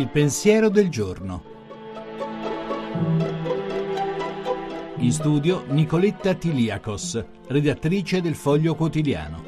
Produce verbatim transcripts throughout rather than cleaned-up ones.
Il pensiero del giorno. In studio Nicoletta Tiliakos, redattrice del Foglio Quotidiano.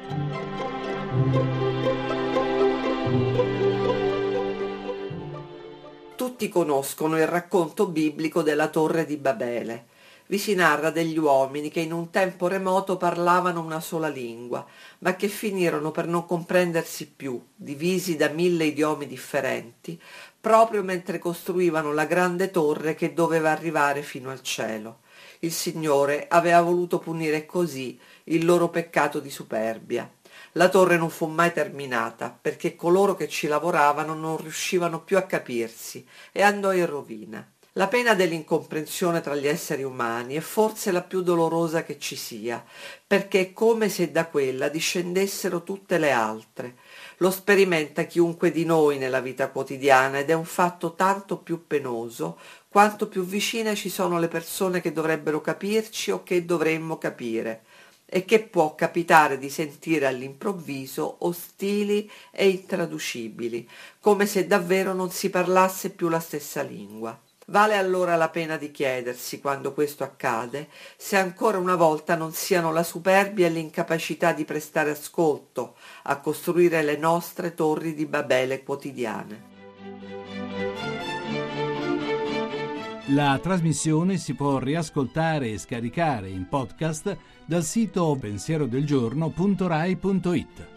Tutti conoscono il racconto biblico della Torre di Babele. Vi si narra degli uomini che in un tempo remoto parlavano una sola lingua, ma che finirono per non comprendersi più, divisi da mille idiomi differenti, proprio mentre costruivano la grande torre che doveva arrivare fino al cielo. Il Signore aveva voluto punire così il loro peccato di superbia. La torre non fu mai terminata, perché coloro che ci lavoravano non riuscivano più a capirsi e andò in rovina. La pena dell'incomprensione tra gli esseri umani è forse la più dolorosa che ci sia, perché è come se da quella discendessero tutte le altre. Lo sperimenta chiunque di noi nella vita quotidiana ed è un fatto tanto più penoso quanto più vicine ci sono le persone che dovrebbero capirci o che dovremmo capire, e che può capitare di sentire all'improvviso ostili e intraducibili, come se davvero non si parlasse più la stessa lingua. Vale allora la pena di chiedersi, quando questo accade, se ancora una volta non siano la superbia e l'incapacità di prestare ascolto a costruire le nostre torri di Babele quotidiane. La trasmissione si può riascoltare e scaricare in podcast dal sito pensierodelgiorno punto rai punto it.